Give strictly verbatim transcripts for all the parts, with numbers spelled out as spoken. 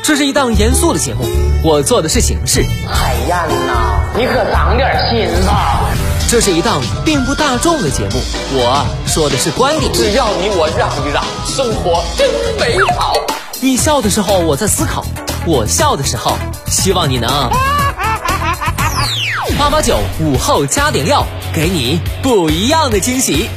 这是一档严肃的节目，我做的是形式。 海燕呐，你可长点心吧。 这是一档并不大众的节目，我说的是观点。 只要你我让一让，生活真美好。 你笑的时候我在思考，我笑的时候希望你能八八九午后加点料，给你不一样的惊喜。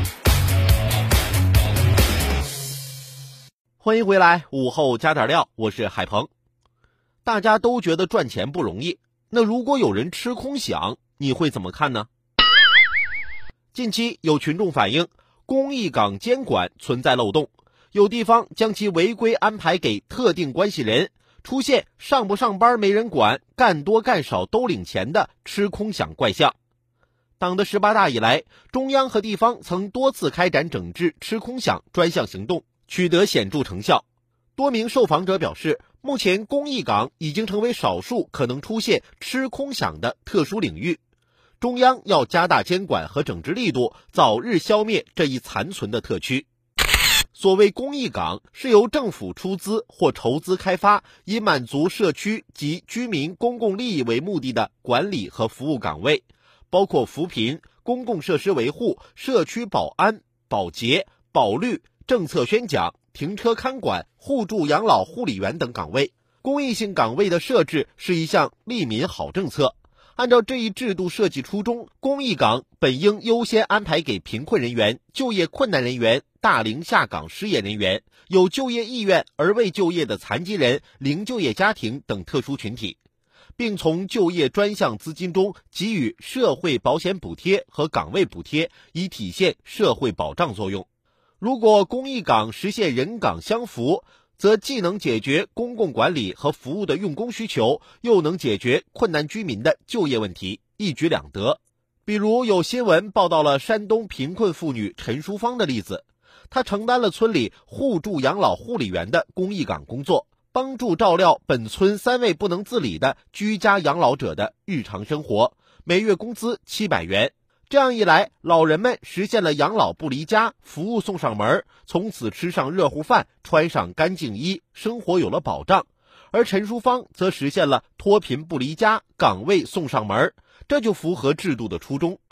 欢迎回来，午后加点料，我是海鹏。大家都觉得赚钱不容易，那如果有人吃空饷，你会怎么看呢？近期有群众反映，公益岗监管存在漏洞，有地方将其违规安排给特定关系人，出现上不上班没人管，干多干少都领钱的吃空饷怪象。党的十八大以来，中央和地方曾多次开展整治吃空饷专项行动，取得显著成效。多名受访者表示，目前公益岗已经成为少数可能出现吃空饷的特殊领域，中央要加大监管和整治力度，早日消灭这一残存的特区。所谓公益岗，是由政府出资或筹资开发，以满足社区及居民公共利益为目的的管理和服务岗位，包括扶贫、公共设施维护、社区保安、保洁、保绿、政策宣讲、停车看管、互助养老护理员等岗位。公益性岗位的设置是一项利民好政策。按照这一制度设计初衷，公益岗本应优先安排给贫困人员、就业困难人员、大龄下岗失业人员、有就业意愿而未就业的残疾人、零就业家庭等特殊群体，并从就业专项资金中给予社会保险补贴和岗位补贴，以体现社会保障作用。如果公益岗实现人岗相扶，则既能解决公共管理和服务的用工需求，又能解决困难居民的就业问题，一举两得。比如有新闻报道了山东贫困妇女陈淑芳的例子，她承担了村里互助养老护理员的公益岗工作，帮助照料本村三位不能自理的居家养老者的日常生活，每月工资七百元。这样一来，老人们实现了养老不离家，服务送上门，从此吃上热乎饭，穿上干净衣，生活有了保障。而陈淑芳则实现了脱贫不离家，岗位送上门，这就符合制度的初衷。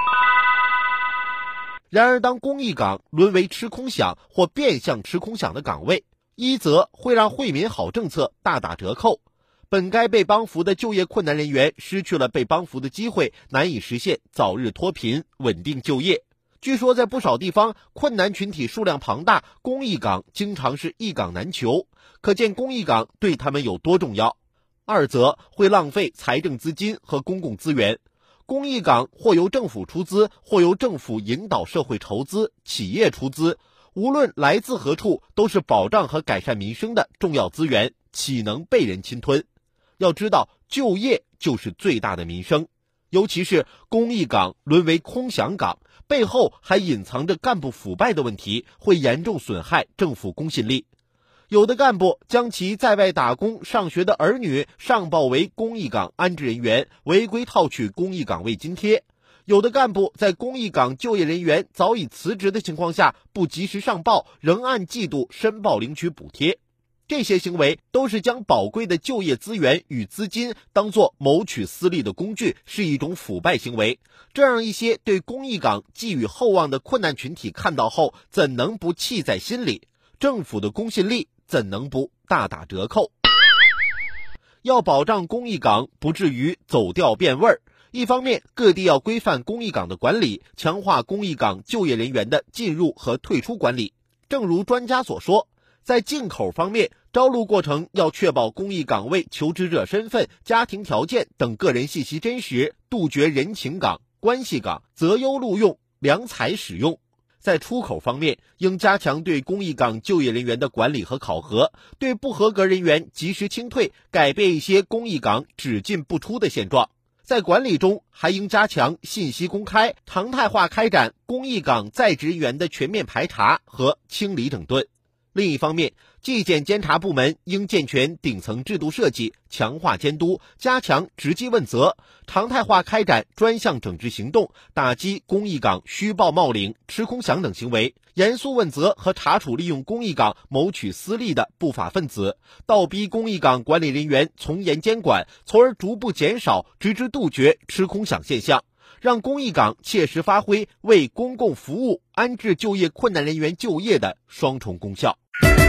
然而，当公益岗沦为吃空饷或变相吃空饷的岗位，一则会让惠民好政策大打折扣，本该被帮扶的就业困难人员失去了被帮扶的机会，难以实现早日脱贫、稳定就业。据说在不少地方，困难群体数量庞大，公益岗经常是一岗难求，可见公益岗对他们有多重要。二则会浪费财政资金和公共资源，公益岗或由政府出资，或由政府引导社会筹资、企业出资，无论来自何处，都是保障和改善民生的重要资源，岂能被人侵吞？要知道，就业就是最大的民生，尤其是公益岗沦为空饷岗，背后还隐藏着干部腐败的问题，会严重损害政府公信力。有的干部将其在外打工上学的儿女上报为公益岗安置人员，违规套取公益岗位津贴；有的干部在公益岗就业人员早已辞职的情况下，不及时上报，仍按季度申报领取补贴。这些行为都是将宝贵的就业资源与资金当作谋取私利的工具，是一种腐败行为。这让一些对公益岗寄予厚望的困难群体看到后，怎能不气在心里？政府的公信力怎能不大打折扣？要保障公益岗不至于走调变味儿，一方面各地要规范公益岗的管理，强化公益岗就业人员的进入和退出管理。正如专家所说，在进口方面，招录过程要确保公益岗位求职者身份、家庭条件等个人信息真实，杜绝人情岗、关系岗，择优录用、良才使用。在出口方面，应加强对公益岗就业人员的管理和考核，对不合格人员及时清退，改变一些公益岗只进不出的现状。在管理中，还应加强信息公开，常态化开展公益岗在职人员的全面排查和清理整顿。另一方面， 纪检监察部门应健全顶层制度设计，强化监督，加强直击问责，常态化开展专项整治行动，打击公益岗虚报冒领、吃空饷等行为，严肃问责和查处利用公益岗谋取私利的不法分子，倒逼公益岗管理人员从严监管，从而逐步减少，直至杜绝吃空饷现象，让公益岗切实发挥为公共服务、安置就业困难人员就业的双重功效。